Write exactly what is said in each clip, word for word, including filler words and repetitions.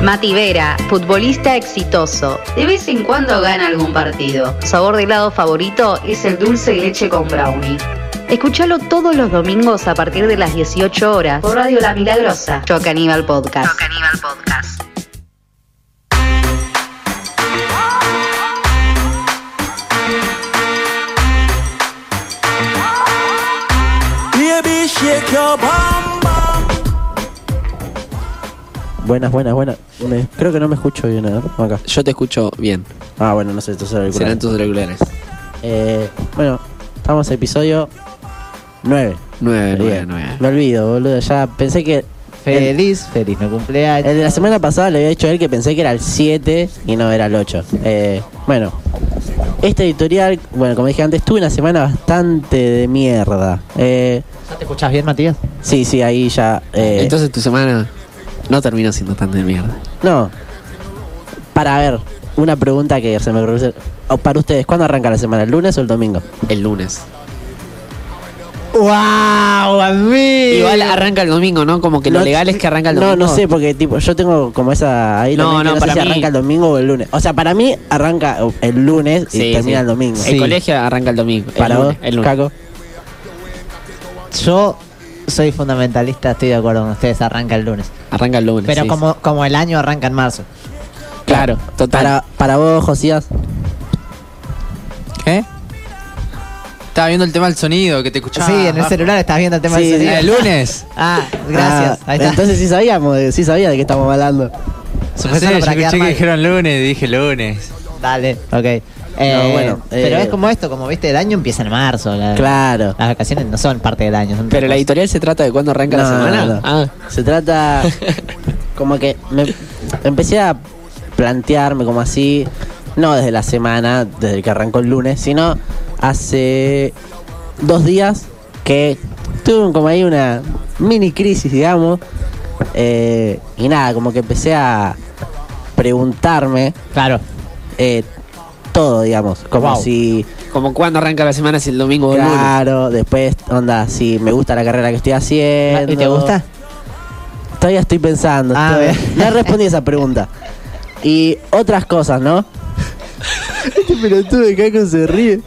Mati Vera, futbolista exitoso. De vez en cuando gana algún partido. Su sabor de helado favorito es el dulce de leche con brownie. Escúchalo todos los domingos a partir de las dieciocho horas por Radio La Milagrosa. Yo Caníbal Podcast. Yo Caníbal Podcast. Baby, shake your bum, bum. Buenas, buenas, buenas. Me- creo que no me escucho bien, ¿no? Acá. Yo te escucho bien. Ah, bueno, no sé, entonces auriculares. Serán tus auriculares. Eh, bueno, estamos en episodio nueve. Nueve, nueve, Bien. nueve. Me olvido, boludo. Ya pensé que. Feliz, feliz no cumpleaños. El de la semana pasada le había dicho a él que pensé que era el siete y no era el ocho. Eh, bueno, este editorial, bueno, como dije antes, tuve una semana bastante de mierda. Eh, ¿Ya te escuchás bien, Matías? sí, sí, ahí ya. Eh, Entonces tu semana no terminó siendo tan de mierda. No. Para ver, una pregunta que se me ocurrió. O para ustedes, ¿cuándo arranca la semana? ¿El lunes o el domingo? El lunes. ¡Wow, amigo! Igual arranca el domingo, ¿no? Como que lo No, legal es que arranca el No, domingo. no sé, porque tipo, yo tengo como esa ahí No, también, que no, no, para sé si mí- arranca el domingo o el lunes. O sea, para mí arranca el lunes y Sí, termina sí. el domingo. El Sí. colegio arranca el domingo. Para el vos, lunes, el lunes. Caco. Yo soy fundamentalista, estoy de acuerdo con ustedes, arranca el lunes. Arranca el lunes. Pero sí. como, como el año arranca en marzo. Claro, total. Para, para vos, Josías. ¿Qué? Estaba viendo el tema del sonido, que te escuchaba. Sí, en el celular estás viendo el tema Sí, del sí. sonido. Ah, el lunes. Ah, gracias. Ah, Ahí está. Entonces sí sabíamos, de- sí sabía de qué estamos hablando. No Sujetalo sé, yo para quedar escuché que mal. dijeron lunes y dije lunes. Dale, ok. Eh, bueno, pero eh, es como esto, como viste, el año empieza en marzo. la- Claro. Las vacaciones no son parte del año. Son Pero la otra editorial se trata de cuándo arranca la No, semana. no. Ah, Se trata como que me empecé a plantearme como así, no desde la semana, desde que arrancó el lunes, sino hace dos días que tuve como ahí una mini crisis, digamos, eh, y nada, como que empecé a preguntarme cosa. Claro. eh, todo, digamos, como Wow. si... como cuándo arranca la semana, si el domingo o el lunes. Claro, después, onda, si me gusta la carrera que estoy haciendo. ¿Y te gusta? Todavía estoy pensando. Ah, estoy- bien. no respondí esa pregunta. Y otras cosas, ¿no? Este pelotudo de Caco se ríe.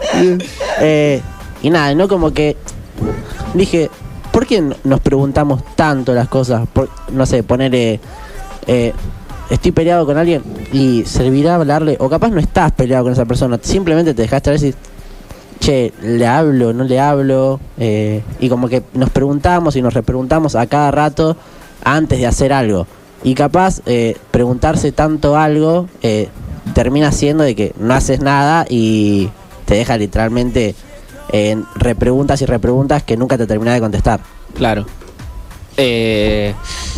Eh, y nada, ¿no? Como que dije, ¿por qué no- nos preguntamos tanto las cosas? Por- no sé, ponerle... Eh, estoy peleado con alguien y servirá hablarle, o capaz no estás peleado con esa persona, simplemente te dejaste ver si, che, le hablo, no le hablo, eh, y como que nos preguntamos y nos repreguntamos a cada rato antes de hacer algo. Y capaz eh, preguntarse tanto algo eh, termina siendo de que no haces nada y te deja literalmente en repreguntas y repreguntas que nunca te terminas de contestar. Claro. Eh,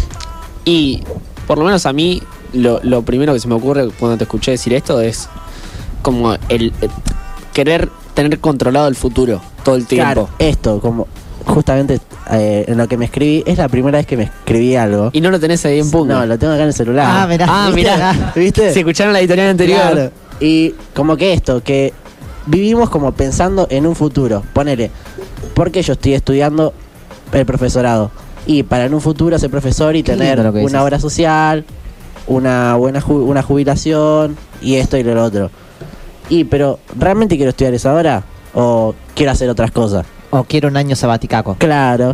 y por lo menos a mí, lo, lo primero que se me ocurre cuando te escuché decir esto es como el, el querer tener controlado el futuro todo el tiempo. Claro, esto, como justamente eh, en lo que me escribí, es la primera vez que me escribí algo. Y no lo tenés ahí en punto. No, lo tengo acá en el celular. Ah, mirá. Ah, ¿Viste? mirá. ¿Viste? Si escucharon la editorial anterior. Claro. Y como que esto, que vivimos como pensando en un futuro. Ponele, porque yo estoy estudiando el profesorado. Y para en un futuro ser profesor y Qué tener lindo lo que una dices. obra social, una buena ju- una jubilación y esto y lo otro. Y, pero, ¿realmente quiero estudiar eso ahora? ¿O quiero hacer otras cosas? O quiero un año sabaticaco. Claro.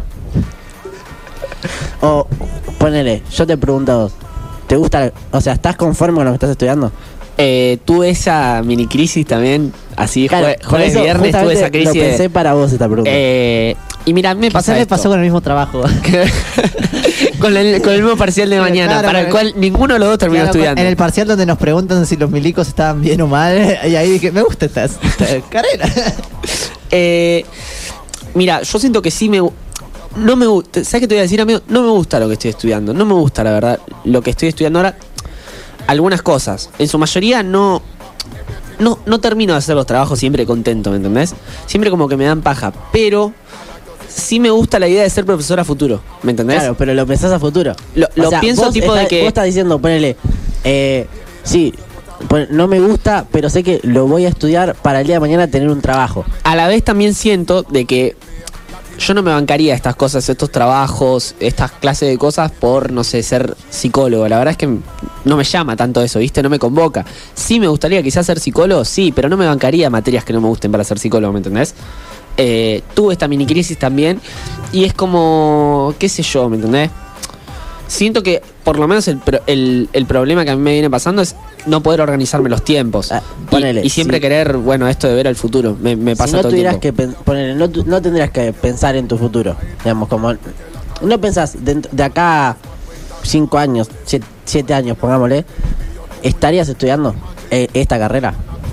O, ponele, yo te pregunto a vos, ¿te gusta, o sea, estás conforme con lo que estás estudiando? Eh, tuve esa mini crisis también, así Claro, jue- por jueves, eso viernes tuve justamente esa crisis. Lo pensé de- para vos esta pregunta. eh, y mira, me pasa Quizás le esto. pasó con el mismo trabajo. con, el, con el mismo parcial de mañana, Claro, para el claro. cual ninguno de los dos terminó Claro, estudiando. en el parcial donde nos preguntan si los milicos estaban bien o mal, y ahí dije, me gusta esta, esta carrera. Eh, mira, yo siento que sí me... gu- No me gusta... ¿Sabes qué te voy a decir, amigo? No me gusta lo que estoy estudiando. No me gusta, la verdad, lo que estoy estudiando ahora. Algunas cosas. En su mayoría no... No, no termino de hacer los trabajos siempre contento, ¿me entendés? Siempre como que me dan paja. Pero sí me gusta la idea de ser profesor a futuro, ¿me entendés? Claro, pero lo pensás a futuro. Lo- lo pienso vos tipo de estás- que- Vos estás diciendo, ponele, eh, sí, pon- no me gusta, pero sé que lo voy a estudiar para el día de mañana tener un trabajo. A la vez también siento de que yo no me bancaría estas cosas, estos trabajos, estas clases de cosas por, no sé, ser psicólogo. La verdad es que no me llama tanto eso, ¿viste? No me convoca. Sí me gustaría quizás ser psicólogo, sí, pero no me bancaría materias que no me gusten para ser psicólogo, ¿me entendés? Eh, tuve esta mini crisis también y es como, qué sé yo, ¿me entendés? Siento que por lo menos el, el, el problema que a mí me viene pasando es no poder organizarme los tiempos. Ah, y, ponele, y siempre sí. querer, bueno, esto de ver al futuro. Me, me pasa si no todo el tuvieras tiempo. que pen- ponele, no, tu- no tendrías que pensar en tu futuro. Digamos, como no pensás de, de acá a cinco años, siete, siete años, pongámosle, ¿estarías estudiando eh, esta carrera?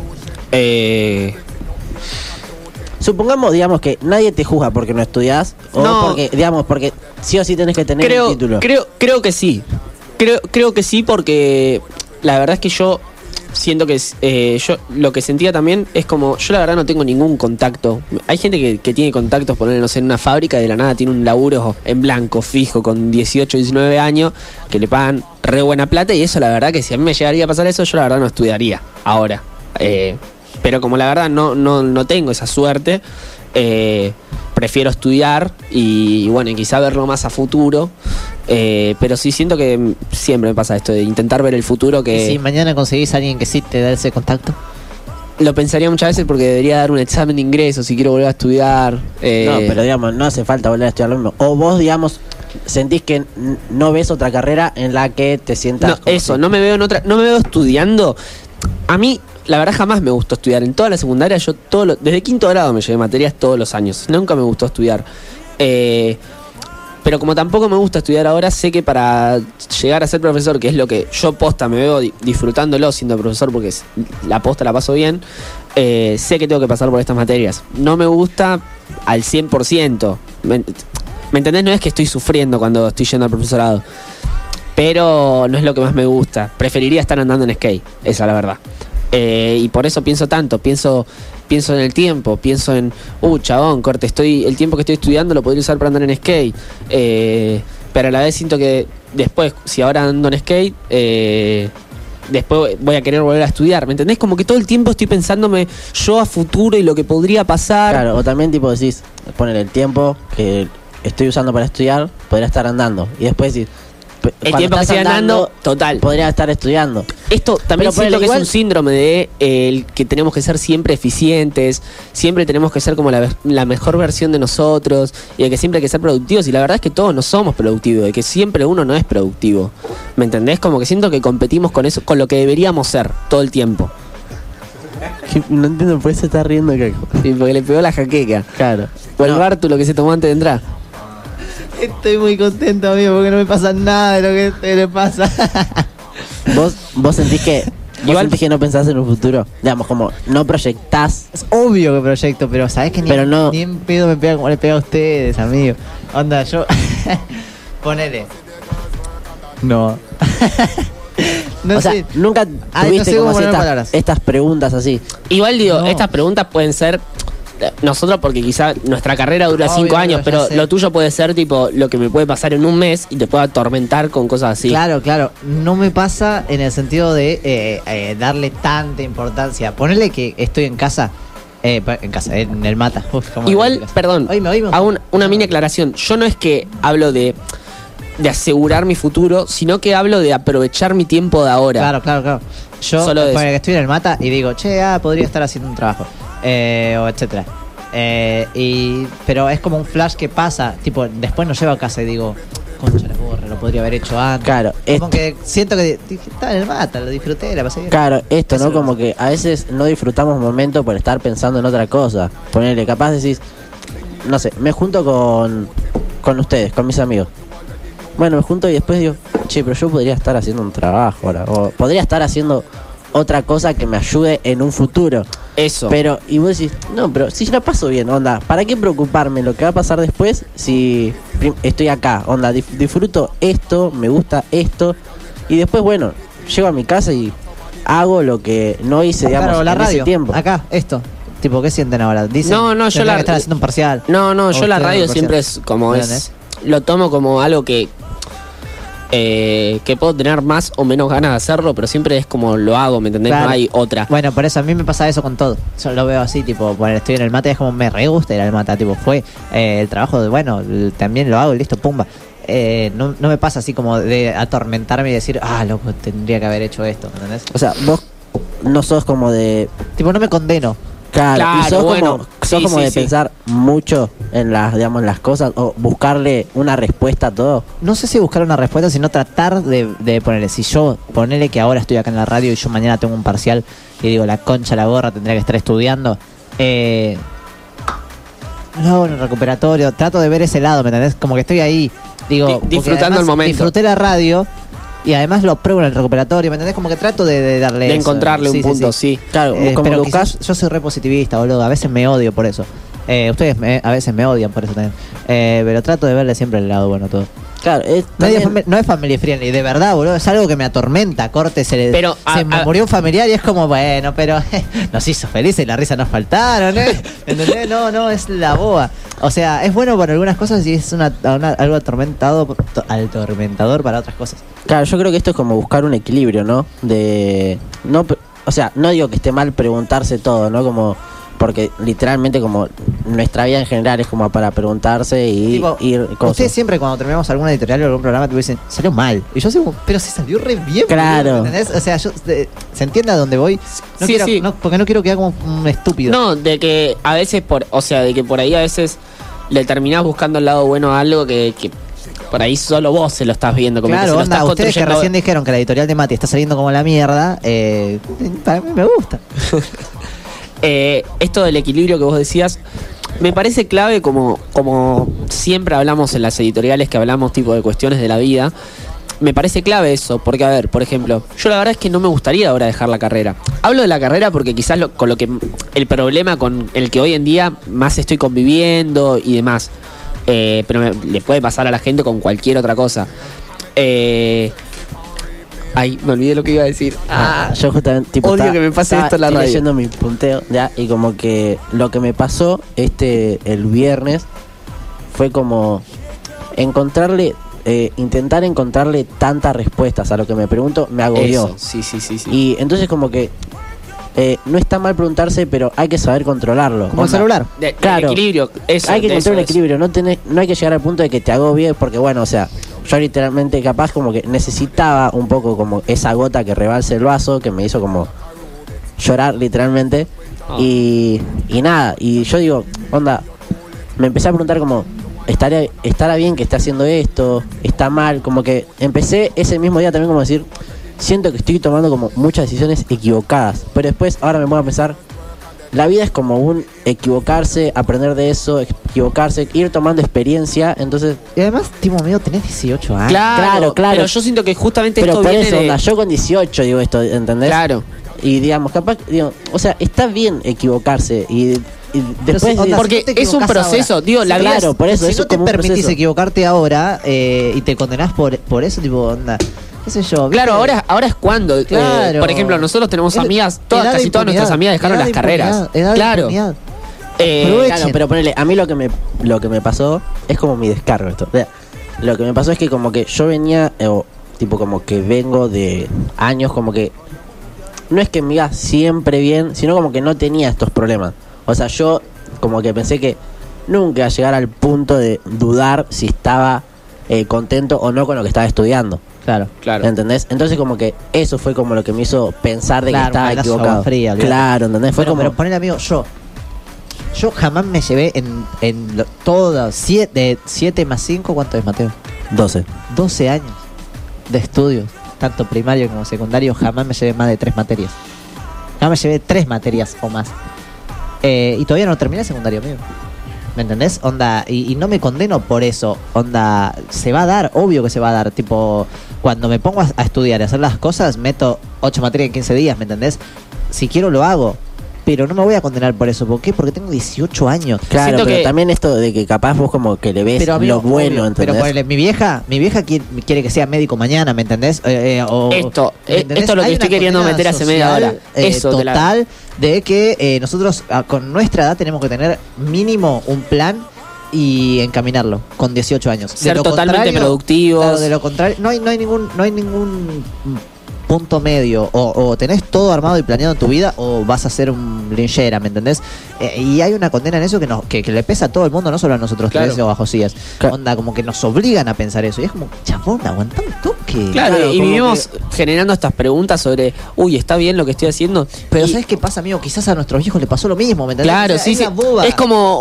Eh... Supongamos, digamos, que nadie te juzga porque no estudias o No. porque, digamos, porque sí o sí tenés que tener creo, un título. Creo, creo que sí. Creo, creo que sí porque la verdad es que yo siento que eh, yo lo que sentía también es como, yo la verdad no tengo ningún contacto. Hay gente que, que tiene contactos, ponerle, no sé, en una fábrica y de la nada tiene un laburo en blanco, fijo, con dieciocho, diecinueve años, que le pagan re buena plata y eso la verdad que si a mí me llegaría a pasar eso, yo la verdad no estudiaría ahora. Eh, pero como la verdad no, no, no tengo esa suerte, eh, prefiero estudiar y bueno, y quizá verlo más a futuro. Eh, pero sí siento que siempre me pasa esto de intentar ver el futuro, que Y si mañana conseguís a alguien que sí te da ese contacto. lo pensaría muchas veces porque debería dar un examen de ingreso si quiero volver a estudiar. eh, No, pero digamos, no hace falta volver a estudiar lo mismo. O vos, digamos, sentís que n- no ves otra carrera en la que te sientas. no, como eso, si- no me veo en otra, no me veo estudiando. A mí, la verdad, jamás me gustó estudiar. En toda la secundaria, yo todo lo- desde quinto grado me llevé materias todos los años. Nunca me gustó estudiar. Eh, pero como tampoco me gusta estudiar ahora, sé que para llegar a ser profesor, que es lo que yo posta me veo di- disfrutándolo siendo profesor, porque es- la posta la paso bien, eh, sé que tengo que pasar por estas materias. No me gusta al cien por ciento. ¿Me, ¿me entendés? No es que estoy sufriendo cuando estoy yendo al profesorado. Pero no es lo que más me gusta. Preferiría estar andando en skate, esa es la verdad. Eh, y por eso pienso tanto, pienso pienso en el tiempo, pienso en, uh, chabón, corte, estoy el tiempo que estoy estudiando lo podría usar para andar en skate. Eh, pero a la vez siento que después, si ahora ando en skate, eh, después voy a querer volver a estudiar, ¿me entendés? Como que todo el tiempo estoy pensándome yo a futuro y lo que podría pasar. Claro, o también tipo decís, poner el tiempo que estoy usando para estudiar, podría estar andando. Y después decís, pe- El cuando tiempo que estás estoy andando, total. podría estar estudiando. Esto también Pero ponele, siento que igual- es un síndrome de eh, el que tenemos que ser siempre eficientes, siempre tenemos que ser como la, ver- la mejor versión de nosotros y de que siempre hay que ser productivos. Y la verdad es que todos no somos productivos, de que siempre uno no es productivo. ¿Me entendés? Como que siento que competimos con eso, con lo que deberíamos ser todo el tiempo. No entiendo por qué se está riendo, Caco. Y porque le pegó la jaqueca. Claro. O el No. Bartu lo que se tomó antes de entrar. Estoy muy contento, amigo, porque no me pasa nada de lo que a usted le pasa. ¿Vos, vos sentís que vos Igual- sentís que no pensás en un futuro? Digamos, como no proyectás. Es obvio que proyecto, pero sabes que ni, Pero no- ni en pedo me pega como le pega a ustedes, amigo. Onda, yo. Ponele. No. no o sea, sé. nunca Ay, no tuviste sé como cómo así poner estas, palabras. estas preguntas así. Igual digo, No. estas preguntas pueden ser eh, nosotros porque quizá nuestra carrera dura Obvio, cinco años, ya pero sé. lo tuyo puede ser tipo lo que me puede pasar en un mes y te puede atormentar con cosas así. Claro, claro. No me pasa en el sentido de eh, eh, darle tanta importancia. Ponerle que estoy en casa. Eh, pa- en casa, en el mata. Uf, cómo Igual, me- perdón, Oíme, oíme. hago un- una mini aclaración. Yo no es que hablo de, de asegurar mi futuro, sino que hablo de aprovechar mi tiempo de ahora. Claro, claro, claro. Yo, Solo de ponele eso. que estoy en el mata y digo, che, ah, podría estar haciendo un trabajo. Eh, o etcétera. Eh, y, pero es como un flash que pasa. Tipo, después nos llevo a casa y digo, concha la borra, lo podría haber hecho antes. Claro, Como esto- que siento que dije, estaba en el mata, lo disfruté, la pasé bien. Claro, esto, Eso ¿no? es. Como que a veces no disfrutamos momentos por estar pensando en otra cosa. Ponerle, capaz decís, no sé, me junto con, con ustedes, con mis amigos. Bueno, me junto y después digo, che, pero yo podría estar haciendo un trabajo ahora. O podría estar haciendo otra cosa que me ayude en un futuro. Eso. Pero, y vos decís, no, pero si yo la paso bien, onda, ¿para qué preocuparme lo que va a pasar después si prim- estoy acá? Onda, dif- disfruto esto, me gusta esto, y después, bueno, llego a mi casa y hago lo que no hice, digamos, Claro, la en ese radio. tiempo. Acá, esto. Tipo, ¿qué sienten ahora? Dicen, No, no, yo tendría la- que estar haciendo un parcial. No, no, O yo la estoy radio en siempre parcial. es como ¿Entendés? es. Lo tomo como algo que. Eh, que puedo tener más o menos ganas de hacerlo, pero siempre es como lo hago, ¿me entendés? Claro. No hay otra. Bueno, por eso a mí me pasa eso con todo. Yo lo veo así, tipo, bueno, estoy en el mate, es como me re gusta ir al mate, tipo, fue eh, el trabajo de, bueno, l- también lo hago y listo, pumba. Eh, no, no me pasa así como de atormentarme y decir, ah, loco, tendría que haber hecho esto, ¿me entendés? O sea, vos no sos como de... Tipo, no me condeno. Claro, Claro, y sos bueno, como, sos sí, como sí, de sí. pensar mucho en las, digamos, en las cosas o buscarle una respuesta a todo. No sé si buscar una respuesta, sino tratar de, de ponerle. Si yo, ponele que ahora estoy acá en la radio y yo mañana tengo un parcial y digo, la concha, la gorra, tendría que estar estudiando. Eh, no hago en el recuperatorio, trato de ver ese lado, ¿me entendés? Como que estoy ahí, digo, Di- porque disfrutando además el momento. Disfruté la radio y además lo pruebo en el recuperatorio, ¿me entendés? Como que trato de, de darle. De eso. encontrarle un punto, sí. Claro, Eh, como pero que quizás buscas... yo soy re positivista, boludo. A veces me odio por eso. Eh, ustedes me- a veces me odian por eso también. Eh, pero trato de verle siempre el lado bueno a todo. Claro, es, Nadie también- fami- no es family friendly, de verdad, boludo. Es algo que me atormenta. Corte, se le Pero, se a- me a- murió un familiar y es como, bueno, pero nos hizo felices y la risa nos faltaron, ¿eh? ¿Entendés? No, no, es la boba. O sea, es bueno para algunas cosas y es una, una- algo atormentado, atormentador para otras cosas. Claro, yo creo que esto es como buscar un equilibrio, ¿no? De... no pre- O sea, no digo que esté mal preguntarse todo, ¿no? Como... Porque literalmente como nuestra vida en general es como para preguntarse y Tipo, ir cosas. ustedes siempre cuando terminamos alguna editorial o algún programa te dicen, salió mal. Y yo sé, como, pero se salió re bien. Claro. boludo, ¿entendés? O sea, yo, de- ¿se entiende a dónde voy? No Sí, quiero, sí. no, porque no quiero quedar como un estúpido. No, de que a veces, por, o sea, de que por ahí a veces le terminás buscando el lado bueno a algo que, que por ahí solo vos se lo estás viendo, como que se Claro, lo onda, estás ustedes que construyendo. recién dijeron que la editorial de Mati está saliendo como la mierda, eh, para mí me gusta. Eh, esto del equilibrio que vos decías, me parece clave como, como siempre hablamos en las editoriales que hablamos tipo de cuestiones de la vida. Me parece clave eso, porque a ver, por ejemplo, yo la verdad es que no me gustaría ahora dejar la carrera. Hablo de la carrera porque quizás lo, con lo que el problema con el que hoy en día más estoy conviviendo y demás. Eh, pero me- le puede pasar a la gente con cualquier otra cosa. Eh, ay, me olvidé lo que iba a decir. Ah, yo justamente tipo odio estaba- que me pase estaba- esto en la estoy radio. leyendo mi punteo ya y como que lo que me pasó este el viernes fue como encontrarle eh, intentar encontrarle tantas respuestas a lo que me pregunto me agobió. Eso, sí, sí, sí, sí. Y entonces como que eh, no está mal preguntarse, pero hay que saber controlarlo. Como el Onda, celular. De- del claro. equilibrio, eso, hay que de encontrar un eso es. equilibrio, no tenés, no hay que llegar al punto de que te agobie, porque bueno, o sea, yo literalmente capaz como que necesitaba un poco como esa gota que rebalse el vaso, que me hizo como llorar literalmente. Oh. Y, y nada, y yo digo, onda, me empecé a preguntar como, ¿estaría, ¿estará bien que esté haciendo esto? ¿Está mal? Como que empecé ese mismo día también como decir, siento que estoy tomando como muchas decisiones equivocadas. Pero después ahora me pongo a pensar, la vida es como un equivocarse, aprender de eso, equivocarse, ir tomando experiencia, entonces... Y además, tipo mío, tenés dieciocho años. Claro, Claro, claro. Pero yo siento que justamente Pero esto por viene eso, de- onda, yo con dieciocho digo esto, ¿entendés? Claro. Y digamos, capaz, digo, o sea, está bien equivocarse y, y Pero después... si- onda, Porque si no te es un equivocás proceso, ahora. digo, la Sí, vida claro, es- por eso, si eso no te es como un permitís proceso. equivocarte ahora eh, y te condenás por, por eso, tipo, onda, qué sé yo. ¿viste? Claro, ahora, ahora es cuando. eh, Claro. por ejemplo, nosotros tenemos Es- amigas, todas, edad de casi todas nuestras impunidad, amigas dejaron edad las de carreras. impunidad, edad de Claro. impunidad. Eh, Aprovechen. Claro, pero ponele, a mí lo que me lo que me pasó es como mi descargo esto. O sea, lo que me pasó es que como que yo venía, eh, o tipo como que vengo de años como que no es que me iba siempre bien, sino como que no tenía estos problemas. O sea, yo como que pensé que nunca iba a llegar al punto de dudar si estaba eh, contento o no con lo que estaba estudiando. Claro. claro. ¿Entendés? Entonces como que eso fue como lo que me hizo pensar de Claro, que estaba un balazo de equivocado. agua fría, olvidate. Claro, ¿entendés? Fue Bueno, como... pero poner amigo, yo. Yo jamás me llevé en, en lo- todo, siete, siete más cinco, ¿cuánto es, Mateo? doce. doce años de estudios, tanto primario como secundario, jamás me llevé más de tres materias. Jamás me llevé tres materias o más. Eh, y todavía no terminé secundario, amigo. ¿Me entendés? Onda, y, y no me condeno por eso. Onda, se va a dar, obvio que se va a dar. Tipo, cuando me pongo a, a estudiar y a hacer las cosas, meto ocho materias en quince días, ¿me entendés? Si quiero lo hago. Pero no me voy a condenar por eso. ¿Por qué? Porque tengo dieciocho años. Claro, Siento pero que- también esto de que capaz vos como que le ves Pero, amigo, lo bueno, obvio, ¿entendés? pero ponele, mi vieja, mi vieja quiere, quiere que sea médico mañana, ¿me entendés? Eh, eh, o- Esto, ¿me eh, entendés? esto es lo que Hay estoy una queriendo condena meter hace media social, hora. eh, Eso, de la- total, de que eh, nosotros ah, con nuestra edad tenemos que tener mínimo un plan y encaminarlo con dieciocho años. De Ser lo totalmente contrario- productivos. Claro, de lo contrario, no hay, no hay ningún, no hay ningún punto medio. O, o tenés todo armado y planeado en tu vida, o vas a ser un linchera, ¿me entendés? Eh, y hay una condena en eso que, nos, que, que le pesa a todo el mundo, no solo a nosotros Claro. tres o a Josías. Claro. Onda, como que nos obligan a pensar eso. Y es como, chabón, aguantá un toque. Claro, Claro, y como vivimos generando estas preguntas sobre, uy, ¿está bien lo que estoy haciendo? Pero Y- ¿sabes qué pasa, amigo? Quizás a nuestros viejos le pasó lo mismo, ¿me entendés? Claro, O sea, sí, es sí. una boba. Es como.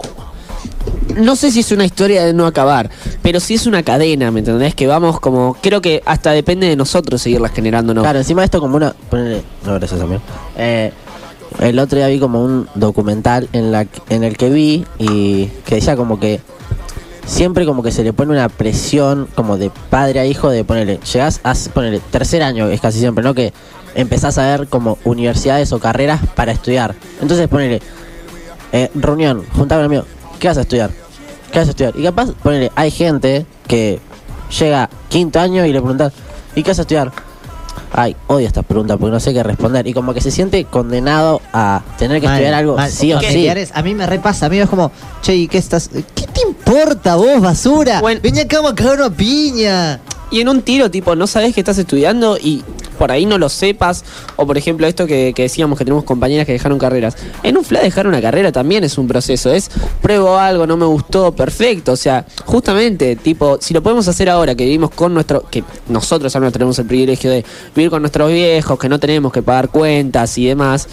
No sé si es una historia de no acabar, pero sí es una cadena, ¿me entendés? Que vamos como. Creo que hasta depende de nosotros seguirlas generando, ¿no? Claro, encima de esto como una... ponele- no, gracias, amigo. Eh, el otro día vi como un documental en, la, en el que vi y que decía como que siempre como que se le pone una presión como de padre a hijo de ponerle, llegás a ponerle tercer año, es casi siempre, ¿no? Que empezás a ver como universidades o carreras para estudiar. Entonces ponele, eh, reunión, juntame un amigo, ¿qué vas a estudiar? ¿Qué vas a estudiar? Y capaz, ponele, hay gente que llega quinto año y le preguntas, ¿y qué vas a estudiar? Ay, odio estas preguntas porque no sé qué responder. Y como que se siente condenado a tener que Mal, estudiar algo mal. sí o sí. Familiares, a mí me repasa, amigo, es como, che, ¿y qué estás? ¿Qué te importa vos, basura? Bueno. Vení acá, vamos a cagar una piña. Y en un tiro, tipo, no sabes que estás estudiando y por ahí no lo sepas. O por ejemplo, esto que, que decíamos que tenemos compañeras que dejaron carreras. En un flash dejar una carrera también es un proceso. Es pruebo algo, no me gustó, perfecto. O sea, justamente, tipo, si lo podemos hacer ahora que vivimos con nuestro. Que nosotros ahora tenemos el privilegio de vivir con nuestros viejos, que no tenemos que pagar cuentas y demás.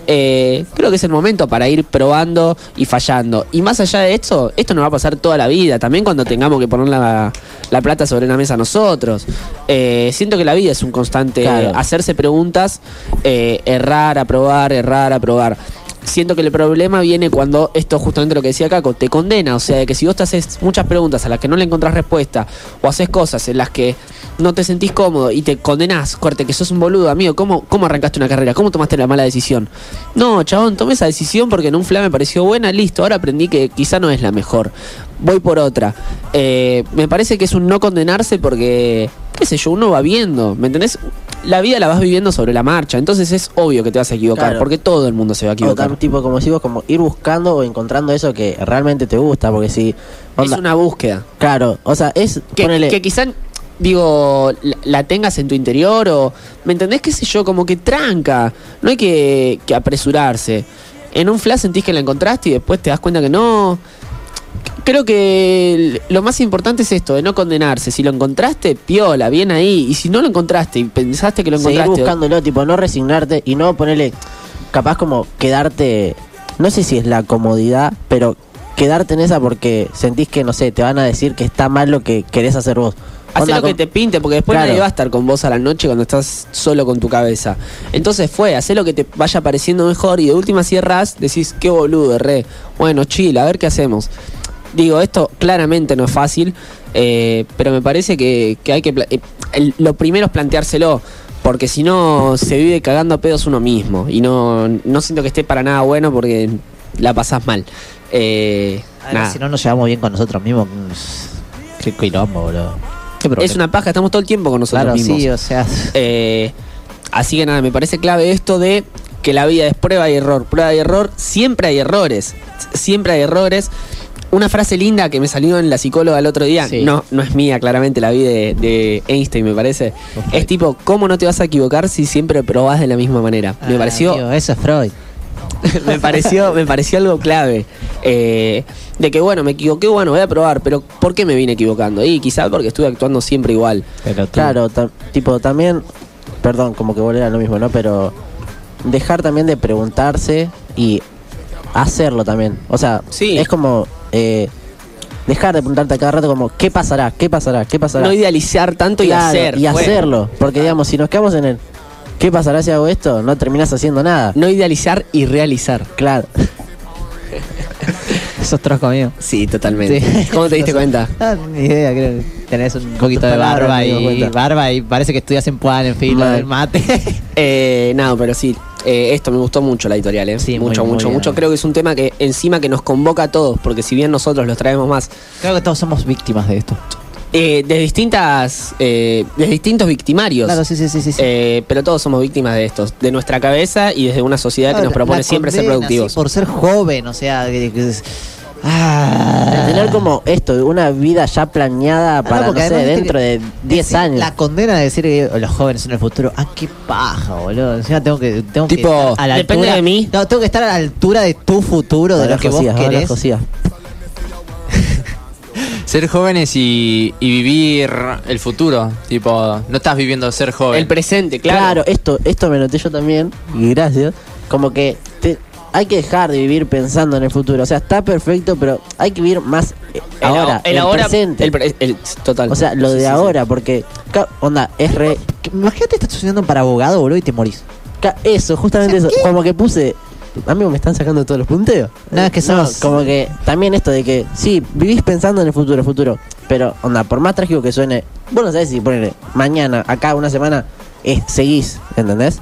Eh, creo que es el momento para ir probando y fallando. Y más allá de esto, esto nos va a pasar toda la vida. También cuando tengamos que poner la, la plata sobre la mesa nosotros. Eh, siento que la vida es un constante Claro. hacerse preguntas, eh, errar, aprobar, errar, aprobar. Siento que el problema viene cuando esto, justamente lo que decía Caco, te condena. O sea, de que si vos te haces muchas preguntas a las que no le encontrás respuesta, o haces cosas en las que no te sentís cómodo y te condenás, corte, que sos un boludo, amigo, ¿cómo, cómo arrancaste una carrera? ¿Cómo tomaste la mala decisión? No, chabón, tomé esa decisión porque en un fla me pareció buena, listo, ahora aprendí que quizá no es la mejor. Voy por otra. Eh, me parece que es un no condenarse porque, qué sé yo, uno va viendo, ¿me entendés? La vida la vas viviendo sobre la marcha, entonces es obvio que te vas a equivocar, Claro. porque todo el mundo se va a O equivocar. tam- tipo como decimos, como ir buscando o encontrando eso que realmente te gusta, porque si onda- Es una búsqueda. claro, o sea, es Que, ponele, que quizá, digo, la, la tengas en tu interior o, ¿me entendés? Qué sé yo, como que tranca. No hay que, que apresurarse. En un flash sentís que la encontraste y después te das cuenta que no. Creo que lo más importante es esto, de no condenarse. Si lo encontraste, piola, bien ahí. Y si no lo encontraste y pensaste que lo seguir encontraste... buscándolo, tipo no resignarte y no ponerle capaz como quedarte, no sé si es la comodidad, pero quedarte en esa porque sentís que no sé, te van a decir que está mal lo que querés hacer vos. Hacé Onda lo que con- te pinte, porque después Claro. nadie va a estar con vos a la noche cuando estás solo con tu cabeza. Entonces fue, hacé lo que te vaya pareciendo mejor y de última cierras, decís, qué boludo, re. Bueno, chill, a ver qué hacemos. Digo, esto claramente no es fácil, eh, pero me parece que, que hay que... pla- eh, el- lo primero es planteárselo, porque si no se vive cagando a pedos uno mismo. Y no, no siento que esté para nada bueno porque la pasás mal. Eh, A ver, nada. si no nos llevamos bien con nosotros mismos, mm, qué quilombo, boludo. Qué problema. Es una paja, estamos todo el tiempo con nosotros Claro, mismos. sí, o sea. Eh, así que nada, me parece clave esto de que la vida es prueba y error, prueba y error, siempre hay errores, siempre hay errores. Una frase linda que me salió en la psicóloga el otro día, Sí. no, no es mía, claramente la vi de, de Einstein, me parece. Ok. Es tipo, ¿cómo no te vas a equivocar si siempre probás de la misma manera? Me Ah, pareció, amigo, eso es Freud. me pareció, me pareció algo clave. Eh, de que bueno, me equivoqué, bueno, voy a probar, pero ¿por qué me vine equivocando? Y quizás porque estuve actuando siempre igual. Pero tú- Claro, ta- tipo también, perdón, como que volver a lo mismo, ¿no? Pero dejar también de preguntarse y hacerlo también. O sea, Sí. es como eh, dejar de preguntarte a cada rato como, ¿qué pasará? ¿Qué pasará? ¿Qué pasará? No idealizar tanto y Claro, hacer. y bueno. hacerlo. Porque digamos, si nos quedamos en el ¿qué pasará si hago esto? No terminás haciendo nada. No idealizar y realizar. Claro. Sos trosco mío. Sí, totalmente. Sí. ¿Cómo te diste cuenta? Ah, ni idea, creo que tenés un poquito de palabras barba me di y cuenta. barba y parece que estudias en Puan, en filo Mal. del mate. Eh, no, pero sí, eh, esto me gustó mucho la editorial, ¿eh? Sí, muy, mucho, muy mucho, bien. mucho. Creo que es un tema que encima que nos convoca a todos, porque si bien nosotros los traemos más, Creo que todos somos víctimas de esto. eh, de distintas, eh, de distintos victimarios. Claro, sí, sí, sí, sí. sí. Eh, pero todos somos víctimas de estos, de nuestra cabeza y desde una sociedad que Claro, nos propone la siempre ser condena, productivos. sí, por ser joven, o sea, que- que es- Ah. De tener como esto, una vida ya planeada Ah, para, no, porque sé, además, viste dentro que de diez decir- años. La condena de decir que los jóvenes son el futuro. Ah, qué paja, boludo. Encima tengo que, tengo Tipo, que estar a la depende altura de mí. No, tengo que estar a la altura de tu futuro, de Habla lo que Josías, vos habla querés. Josías. Ser jóvenes y, y vivir el futuro. Tipo, no estás viviendo ser joven. El presente, claro. Claro, esto, esto me noté yo también, y gracias. Como que te- hay que dejar de vivir pensando en el futuro. O sea, está perfecto, pero hay que vivir más eh, El ahora, aho- el el ahora, presente. el pre- el- total. O sea, lo Sí, de sí, sí. ahora, porque, ca- onda, es re... Que- Imagínate, estás estudiando para abogado, boludo, y te morís. ca- Eso, justamente eso. Como que puse... Amigo, me están sacando todos los punteos. No, es que sos- como que también esto de que, sí, vivís pensando en el futuro, futuro. Pero, onda, por más trágico que suene, vos no sabés si ponele mañana, acá, una semana, es, seguís, ¿entendés?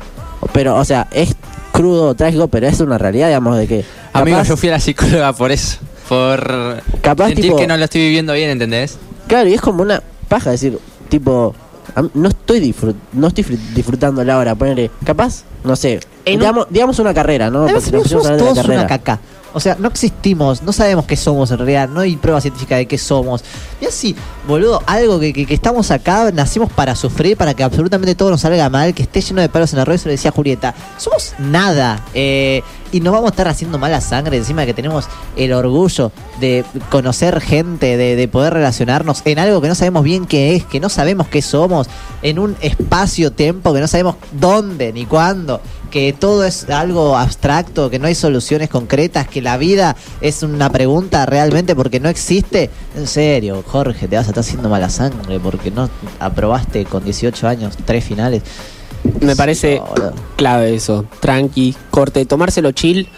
Pero, o sea, es crudo, trágico, pero es una realidad, digamos, de que... Amigo, capaz- yo fui a la psicóloga por eso. Por Capaz, sentir tipo- que no lo estoy viviendo bien, ¿entendés? Claro, y es como una paja decir, tipo, a mí no estoy disfrut no estoy fri- disfrutando la hora, ponerle, capaz, no sé, En un- digamos, digamos una carrera, ¿no? Además, Porque nos somos pusimos a hablar de la todos carrera. una caca. O sea, no existimos, no sabemos qué somos en realidad, no hay prueba científica de qué somos. Y así, boludo, algo que, que, que estamos acá, nacimos para sufrir, para que absolutamente todo nos salga mal, que esté lleno de palos en la rueda, eso lo decía Julieta. Somos nada. Eh, y nos vamos a estar haciendo mala sangre encima de que tenemos el orgullo de conocer gente, de, de poder relacionarnos en algo que no sabemos bien qué es, que no sabemos qué somos, en un espacio-tiempo que no sabemos dónde ni cuándo, que todo es algo abstracto, que no hay soluciones concretas, que la vida es una pregunta realmente porque no existe. En serio, Jorge, te vas a estar haciendo mala sangre porque no aprobaste con dieciocho años tres finales. Me parece boludo. clave eso. Tranqui, corte, tomárselo chill.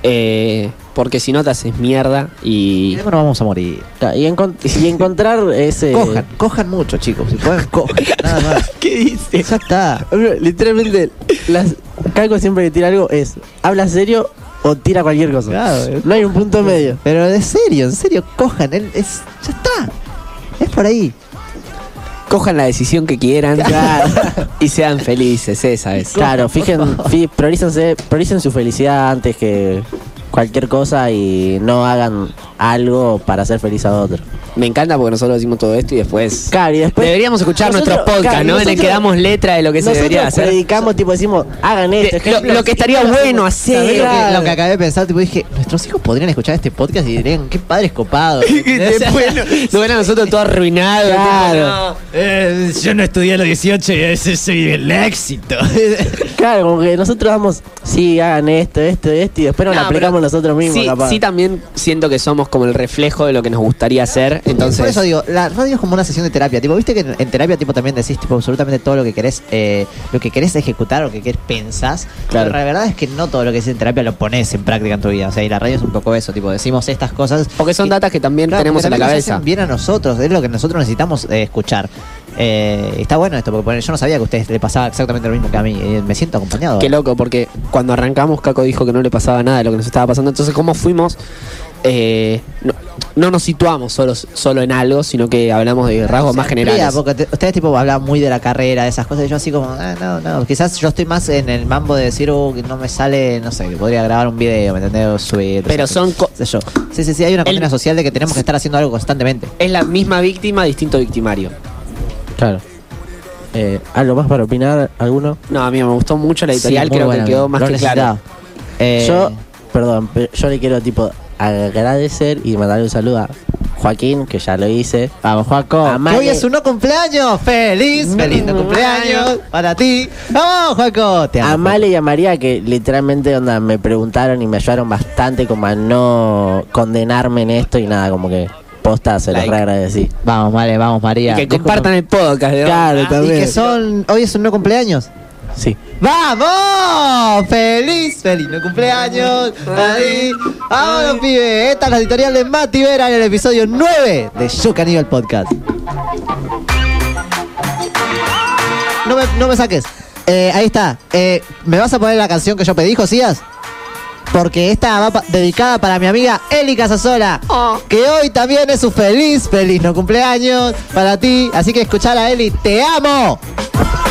eh, porque si no te haces mierda Y y. luego nos vamos a morir. Claro, Y, encon- y encontrar ese... Cojan, cojan mucho, chicos. Si pueden, cojan. Nada más. ¿Qué dice? Ya está. Literalmente, las, Calco siempre que tira algo es, habla serio o tira cualquier cosa. Claro. No hay un punto medio. Pero de serio, en serio, cojan. Él es, ya está. Es por ahí. Cojan la decisión que quieran y sean felices, esa es. Claro, fijen, fi- priorícense, prioricen su felicidad antes que cualquier cosa y no hagan algo para hacer feliz a otro. Me encanta porque nosotros decimos todo esto y después. Claro, y después Deberíamos escuchar nosotros- nuestros podcasts, claro, ¿no? en el que nosotros- damos letra de lo que se nosotros debería hacer. predicamos, tipo decimos, hagan esto. De- lo, ejemplos, lo que estaría ejemplos, bueno como- ¿Sabés hacer. lo, que, Claro. lo que acabé de pensar? Tipo, dije, nuestros hijos podrían escuchar este podcast y dirían, qué padres copados. Después no- nos ven a nosotros todos arruinados. Claro. tipo, no. Eh, yo no estudié a los dieciocho y ese soy el éxito. Claro, como que nosotros vamos, sí, hagan esto, esto, esto, y después nos No, lo aplicamos pero nosotros mismos, sí, capaz. sí, también siento que somos como el reflejo de lo que nos gustaría hacer. Entonces, Por eso digo, la radio es como una sesión de terapia. Tipo, viste que en, en terapia tipo también decís tipo absolutamente todo lo que querés, eh, lo que querés ejecutar, lo que querés pensás. Claro. Pero la verdad es que no todo lo que decís en terapia lo pones en práctica en tu vida. O sea, y la radio es un poco eso, tipo, decimos estas cosas. porque son y- datas que también Claro, tenemos porque en la también nos cabeza. hacen bien a nosotros, es lo que nosotros necesitamos eh, escuchar. Eh, está bueno esto, porque ponele, yo no sabía que a ustedes le pasaba exactamente lo mismo que a mí. eh, me siento acompañado. Qué loco, porque cuando arrancamos, Caco dijo que no le pasaba nada de lo que nos estaba pasando. Entonces, ¿cómo fuimos? Eh, no, no nos situamos solo, solo en algo, sino que hablamos de rasgos más Amplía, generales. Porque te- ustedes tipo hablan muy de la carrera, de esas cosas, y yo así como, ah, no, no, quizás yo estoy más en el mambo de decir, uh, que no me sale, no sé, que podría grabar un video, ¿me entendés? O subir. Pero o sea, son co- qué sé yo. Sí, sí, sí, hay una El- condena social de que tenemos que estar haciendo algo constantemente. Es la misma víctima, distinto victimario. Claro. Eh, ¿Algo más para opinar? ¿Alguno? No, a mí me gustó mucho la editorial, Sí, muy creo buena, que quedó lo más que necesitaba. claro. Eh, Yo, perdón, pero yo le quiero tipo agradecer y mandarle un saludo a Joaquín, que ya lo hice. Vamos, Juaco. A que Male- hoy es un no cumpleaños. ¡Feliz! ¡Feliz no cumpleaños! Para ti. ¡Vamos, Juaco! Te amo. A Male y a María, que literalmente onda, me preguntaron y me ayudaron bastante como a no condenarme en esto y nada, como que posta se los Like. re agradecí. Vamos, vale, vamos, María. Y que Disculpa- compartan el podcast. de Claro, verdad. también. Y que son. Hoy es un no cumpleaños. Sí. ¡Vamos! ¡Feliz! ¡Feliz no cumpleaños! ¡Ahí! ¡Vámonos, pibe! Esta es la editorial de Mati Vera en el episodio nueve de Yo Caníbal Podcast. No me, no me saques. Eh, ahí está. Eh, ¿Me vas a poner la canción que yo pedí, Josías? Porque esta va pa- dedicada para mi amiga Eli Casasola, que hoy también es su feliz, feliz no cumpleaños para ti. Así que escuchala, Eli. ¡Te amo!